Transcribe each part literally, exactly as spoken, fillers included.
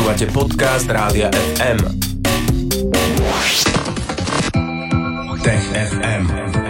Počúvate podcast Rádia ef em. Tech ef em.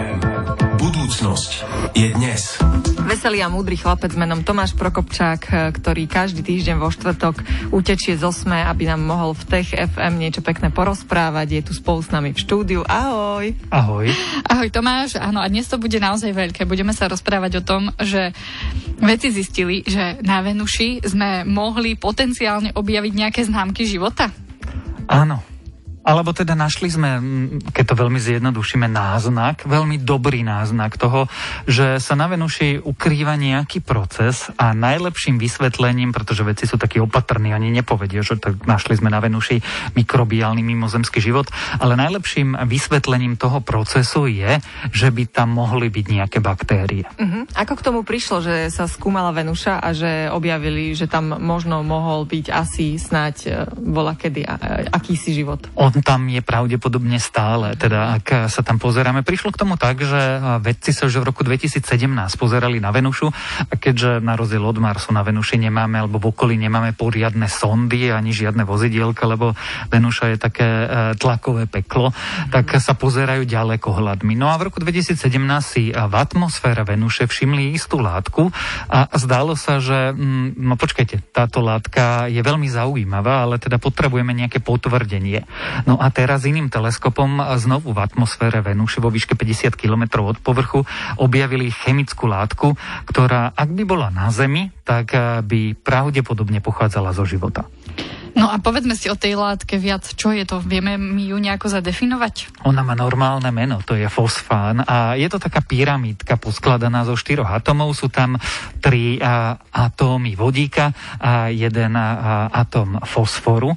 Budúcnosť je dnes. Veselý a múdry chlapec menom Tomáš Prokopčák, ktorý každý týždeň vo štvrtok utečie z osme, aby nám mohol v Tech ef em niečo pekné porozprávať. Je tu spolu s nami v štúdiu. Ahoj. Ahoj. Ahoj Tomáš. Áno, a dnes to bude naozaj veľké. Budeme sa rozprávať o tom, že vedci zistili, že na Venuši sme mohli potenciálne objaviť nejaké známky života. Áno. Alebo teda našli sme, keď to veľmi zjednodušíme, náznak, veľmi dobrý náznak toho, že sa na Venuši ukrýva nejaký proces a najlepším vysvetlením, pretože vedci sú takí opatrní, oni nepovedia, že tak našli sme na Venuši mikrobiálny mimozemský život, ale najlepším vysvetlením toho procesu je, že by tam mohli byť nejaké baktérie. Uh-huh. Ako k tomu prišlo, že sa skúmala Venuša a že objavili, že tam možno mohol byť asi snáď volakedy akýsi život? On tam je pravdepodobne stále. Teda ak sa tam pozeráme, prišlo k tomu tak, že vedci sa už v roku dvetisícsedemnásť pozerali na Venušu a keďže na rozdiel od Marsu na Venuši nemáme, alebo v okolí nemáme poriadne sondy ani žiadne vozidielka, lebo Venuša je také tlakové peklo, tak sa pozerajú ďalekohľadmi. No a v roku dvetisícsedemnásť si v atmosfére Venuše všimli istú látku a zdalo sa, že no počkajte, táto látka je veľmi zaujímavá, ale teda potrebujeme nejaké potvrdenie. No a teraz iným teleskopom znovu v atmosfére Venuše vo výške päťdesiat kilometrov od povrchu objavili chemickú látku, ktorá, ak by bola na Zemi, tak by pravdepodobne pochádzala zo života. No a povedzme si o tej látke viac. Čo je to? Vieme mi ju nejako zadefinovať? Ona má normálne meno, to je fosfán a je to taká pyramídka poskladaná zo štyroch atómov. Sú tam tri a, atómy vodíka a jeden a, atóm fosforu.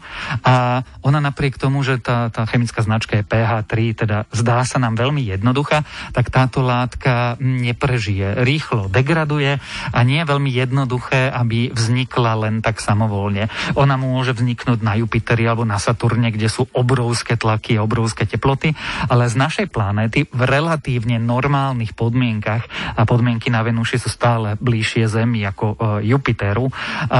A ona napriek tomu, že tá, tá chemická značka je pé há tri, teda zdá sa nám veľmi jednoduchá, tak táto látka neprežije. Rýchlo degraduje a nie je veľmi jednoduché, aby vznikla len tak samovolne. Ona môže vzniknúť vzniknúť na Jupiteri alebo na Saturne, kde sú obrovské tlaky a obrovské teploty, ale z našej planéty v relatívne normálnych podmienkach, a podmienky na Venuši sú stále bližšie Zemi ako Jupiteru,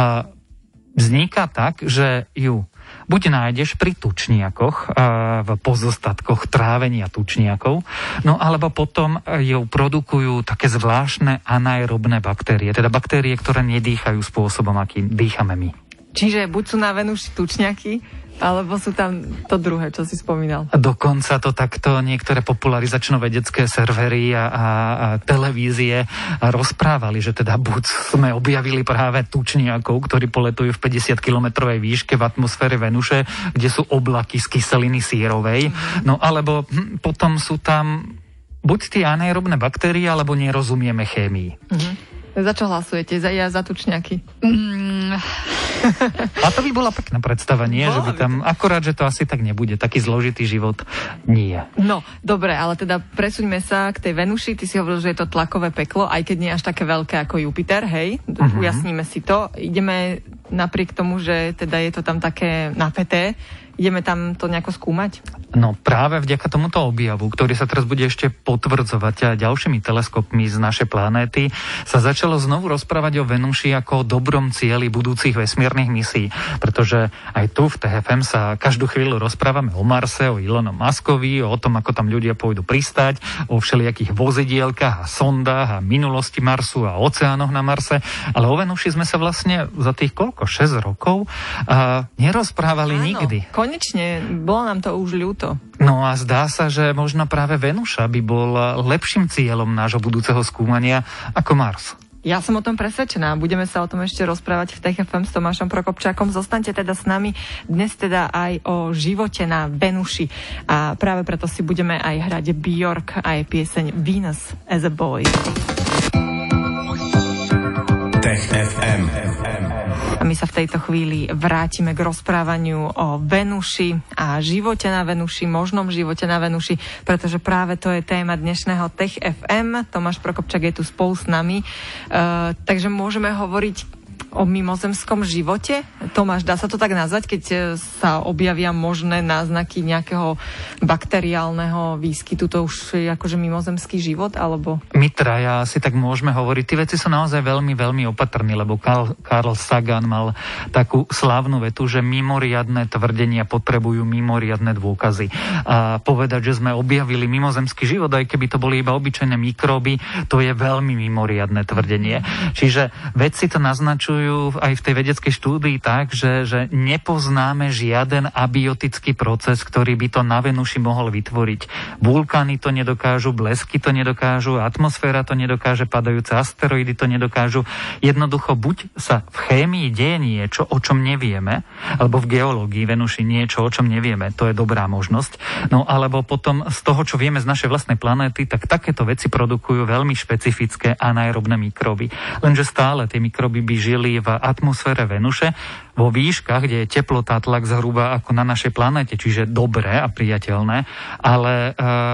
vzniká tak, že ju buď nájdeš pri tučniakoch, v pozostatkoch trávenia tučniakov, no alebo potom ju produkujú také zvláštne anaerobné baktérie, teda baktérie, ktoré nedýchajú spôsobom, akým dýchame my. Čiže buď sú na Venuši tučniaky, alebo sú tam to druhé, čo si spomínal. A dokonca to takto niektoré popularizačno-vedecké servery a, a, a televízie rozprávali, že teda buď sme objavili práve tučniakov, ktorí poletujú v päťdesiatkilometrovej výške v atmosfére Venuše, kde sú oblaky z kyseliny sírovej, no alebo hm, potom sú tam buď tie anaerobné baktérie, alebo nerozumieme chémii. Mhm. Za čo hlasujete? Za, ja za tučniaky. Mm. A to by bola pekná predstava, nie? Že by tam, akorát, že to asi tak nebude. Taký zložitý život nie. No, dobre, ale teda presuňme sa k tej Venuši. Ty si hovoril, že je to tlakové peklo, aj keď nie až také veľké ako Jupiter, hej? Uh-huh. Ujasníme si to. Ideme napriek tomu, že teda je to tam také napäté, ideme tam to nejako skúmať? No práve vďaka tomuto objavu, ktorý sa teraz bude ešte potvrdzovať ďalšími teleskopmi z našej planéty, sa začalo znovu rozprávať o Venuši ako o dobrom cieli budúcich vesmírnych misií. Pretože aj tu v té ef em sa každú chvíľu rozprávame o Marse, o Elonom Muskovi, o tom, ako tam ľudia pôjdu pristať, o všelijakých vozidielkach a sondách a minulosti Marsu a oceánoch na Marse. Ale o Venuši sme sa vlastne za tých koľko, šesť rokov a nerozprávali Áno, nikdy. Konečne, bolo nám to už ľúto. No a zdá sa, že možno práve Venuša by bol lepším cieľom nášho budúceho skúmania ako Mars. Ja som o tom presvedčená. Budeme sa o tom ešte rozprávať v Tech ef em s Tomášom Prokopčákom. Zostaňte teda s nami dnes teda aj o živote na Venuši. A práve preto si budeme aj hrať Björk a jej pieseň Venus as a Boy. Tech ef em. A my sa v tejto chvíli vrátime k rozprávaniu o Venuši a živote na Venuši, možnom živote na Venuši, pretože práve to je téma dnešného Tech ef em. Tomáš Prokopčák je tu spolu s nami, uh, takže môžeme hovoriť o mimozemskom živote? Tomáš, dá sa to tak nazvať, keď sa objavia možné náznaky nejakého bakteriálneho výskytu, to už je akože mimozemský život, alebo? My traja si tak môžeme hovoriť. Tí veci sú naozaj veľmi, veľmi opatrní, lebo Carl, Carl Sagan mal takú slávnu vetu, že mimoriadne tvrdenia potrebujú mimoriadne dôkazy. A povedať, že sme objavili mimozemský život, aj keby to boli iba obyčajné mikróby, to je veľmi mimoriadne tvrdenie. Čiže vedci to naznačujú aj v tej vedeckej štúdii tak, že, že nepoznáme žiaden abiotický proces, ktorý by to na Venuši mohol vytvoriť. Vulkány to nedokážu, blesky to nedokážu, atmosféra to nedokáže, padajúce asteroidy to nedokážu. Jednoducho buď sa v chémii deje niečo, o čom nevieme, alebo v geológii Venuši niečo, o čom nevieme, to je dobrá možnosť. No alebo potom z toho, čo vieme z našej vlastnej planéty, tak takéto veci produkujú veľmi špecifické anaerobné mikróby. Lenže stále tie mikróby by žili v atmosfére Venuše, vo výškach, kde je teplota, tlak zhruba ako na našej planéte, čiže dobré a priateľné, ale e,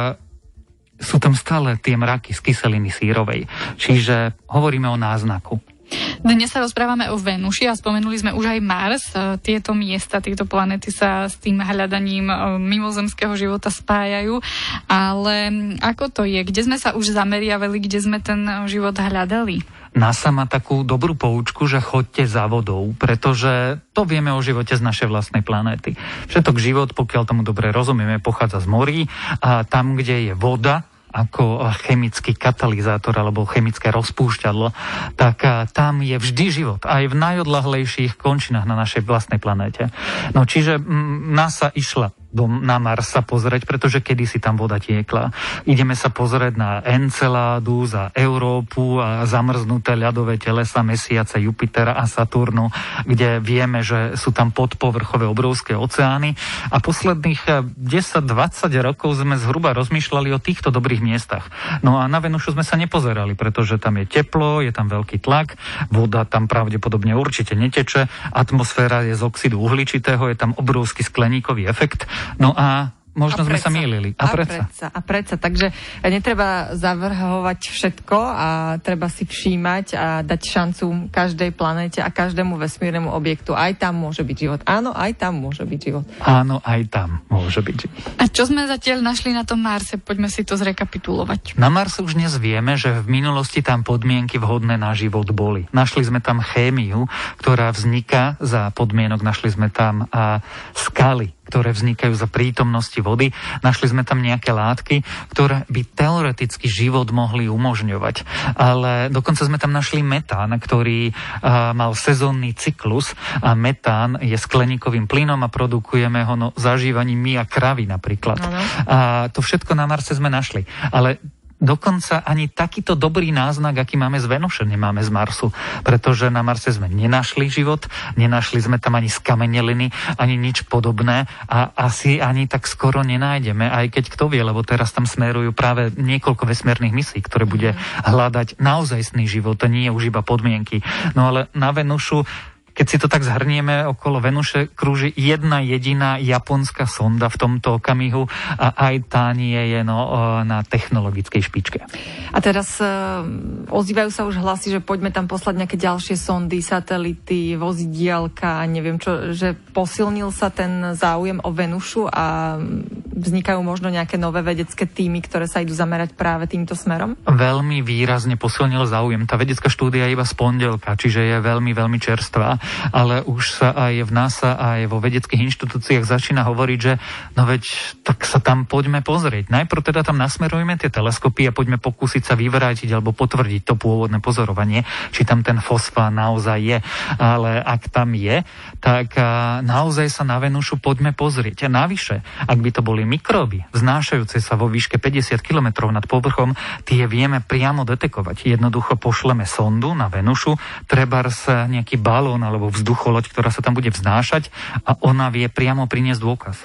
sú tam stále tie mraky z kyseliny sírovej. Čiže hovoríme o náznaku. Dnes sa rozprávame o Venuši a spomenuli sme už aj Mars. Tieto miesta, tieto planéty sa s tým hľadaním mimozemského života spájajú. Ale ako to je? Kde sme sa už zameriavali, kde sme ten život hľadali? NASA má takú dobrú poučku, že choďte za vodou, pretože to vieme o živote z našej vlastnej planéty. Všetok život, pokiaľ tomu dobre rozumieme, pochádza z morí a tam, kde je voda, ako chemický katalizátor alebo chemické rozpúšťadlo, tak tam je vždy život. Aj v najodlahlejších končinách na našej vlastnej planéte. No čiže NASA išla do, na Mars sa pozrieť, pretože kedysi tam voda tiekla. Ideme sa pozrieť na Enceládu, za Európu a zamrznuté ľadové telesa Mesiace, Jupitera a Saturnu, kde vieme, že sú tam podpovrchové obrovské oceány. A posledných desať dvadsať rokov sme zhruba rozmýšľali o týchto dobrých miestach. No a na Venušu sme sa nepozerali, pretože tam je teplo, je tam veľký tlak, voda tam pravdepodobne určite neteče, atmosféra je z oxidu uhličitého, je tam obrovský skleníkový efekt. No a možno sme sa mýlili. A, a predsa. predsa. A predsa. Takže netreba zavrhovať všetko a treba si všímať a dať šancu každej planéte a každému vesmírnemu objektu. Aj tam môže byť život. Áno, aj tam môže byť život. Áno, aj tam môže byť život. A čo sme zatiaľ našli na tom Marse? Poďme si to zrekapitulovať. Na Marse už dnes vieme, že v minulosti tam podmienky vhodné na život boli. Našli sme tam chémiu, ktorá vzniká za podmienok. Našli sme tam a skaly, ktoré vznikajú za prítomnosti vody. Našli sme tam nejaké látky, ktoré by teoreticky život mohli umožňovať. Ale dokonca sme tam našli metán, ktorý uh, mal sezónny cyklus a metán je skleníkovým plynom a produkujeme ho no, zažívaním my a kravy napríklad. Ano. A to všetko na Marse sme našli. Ale dokonca ani takýto dobrý náznak, aký máme z Venuše, nemáme z Marsu. Pretože na Marse sme nenašli život, nenašli sme tam ani skameneliny, ani nič podobné a asi ani tak skoro nenájdeme, aj keď kto vie, lebo teraz tam smerujú práve niekoľko vesmírnych misií, ktoré bude hľadať naozajstný život, nie už iba podmienky. No ale na Venušu, keď si to tak zhrnieme, okolo Venuše krúži jedna jediná japonská sonda v tomto okamihu a aj tá nie je no, na technologickej špičke. A teraz uh, ozývajú sa už hlasy, že poďme tam poslať nejaké ďalšie sondy, satelity, vozidielka, neviem čo, že posilnil sa ten záujem o Venušu a vznikajú možno nejaké nové vedecké týmy, ktoré sa idú zamerať práve týmto smerom? Veľmi výrazne posilnil záujem. Tá vedecká štúdia je iba z pondelka, čiže je veľmi, veľmi čerstvá. Ale už sa aj v NASA, aj vo vedeckých inštitúciách začína hovoriť, že no veď, tak sa tam poďme pozrieť. Najprv teda tam nasmerujeme tie teleskopy a poďme pokúsiť sa vyvrátiť alebo potvrdiť to pôvodné pozorovanie, či tam ten fosfán naozaj je. Ale ak tam je, tak naozaj sa na Venušu poďme pozrieť. A navyše, ak by to boli mikróby, vznášajúce sa vo výške päťdesiat kilometrov nad povrchom, tie vieme priamo detekovať. Jednoducho pošleme sondu na Venušu, trebárs nejaký balón alebo vzducholoď, ktorá sa tam bude vznášať a ona vie priamo priniesť dôkaz.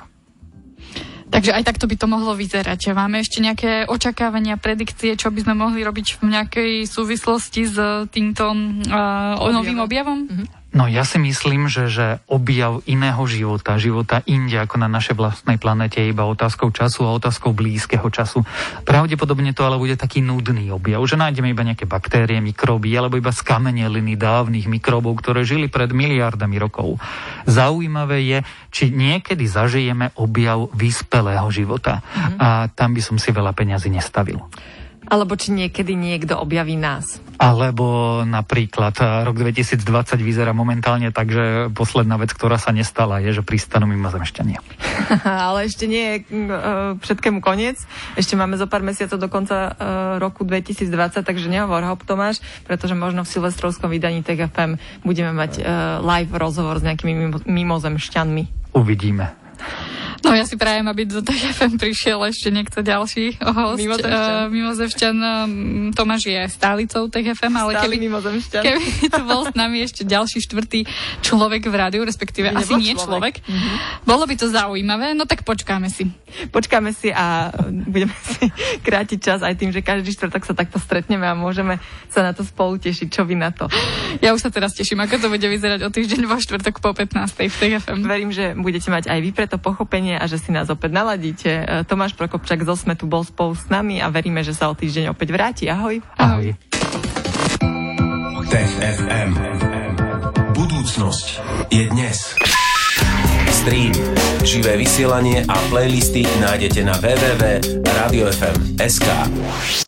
Takže aj takto by to mohlo vyzerať. Máme ešte nejaké očakávania, predikcie, čo by sme mohli robiť v nejakej súvislosti s týmto uh, novým objavom? Mm-hmm. No ja si myslím, že, že objav iného života, života inde ako na našej vlastnej planete je iba otázkou času a otázkou blízkeho času. Pravdepodobne to ale bude taký nudný objav, že nájdeme iba nejaké baktérie, mikróby alebo iba skameneliny dávnych mikróbov, ktoré žili pred miliardami rokov. Zaujímavé je, či niekedy zažijeme objav vyspelého života. Mm-hmm. A tam by som si veľa peňazí nestavil. Alebo či niekedy niekto objaví nás. Alebo napríklad rok dvetisícdvadsať vyzerá momentálne tak, že posledná vec, ktorá sa nestala, je, že pristanú mimozemšťania. Ale ešte nie je uh, všetkému koniec. Ešte máme zo pár mesiacov do konca uh, roku dvetisícdvadsať, takže nehovor hop, Tomáš, pretože možno v silvestrovskom vydaní Tech ef em budeme mať uh, live rozhovor s nejakými mimo, mimozemšťanmi. Uvidíme. No ja si prajem, aby do Tech ef em prišiel ešte niekto ďalší host. Mimozemšťan. Uh, mimozemšťan um, Tomáš je stálicou Tech ef em, ale Stály keby, mimozemšťan. keby tu bol s nami ešte ďalší štvrtý človek v rádiu, respektíve asi nie človek, človek mm-hmm. bolo by to zaujímavé, no tak počkáme si. Počkáme si a budeme si krátiť čas aj tým, že každý štvrtok sa takto stretneme a môžeme sa na to spolu tešiť. Čo vy na to? Ja už sa teraz teším, ako to bude vyzerať o týždeň vo štvrtok po pätnástej v Tech ef em. Verím, že budete mať aj vy preto pochopenie a že si nás opäť naladíte. Tomáš Prokopčák zo SME tu bol spolu s nami a veríme, že sa o týždeň opäť vráti. Ahoj. Ahoj. Tech ef em. Budúcnosť je dnes. Stream, živé vysielanie a playlisty nájdete na w w w bodka radio f m bodka es ka.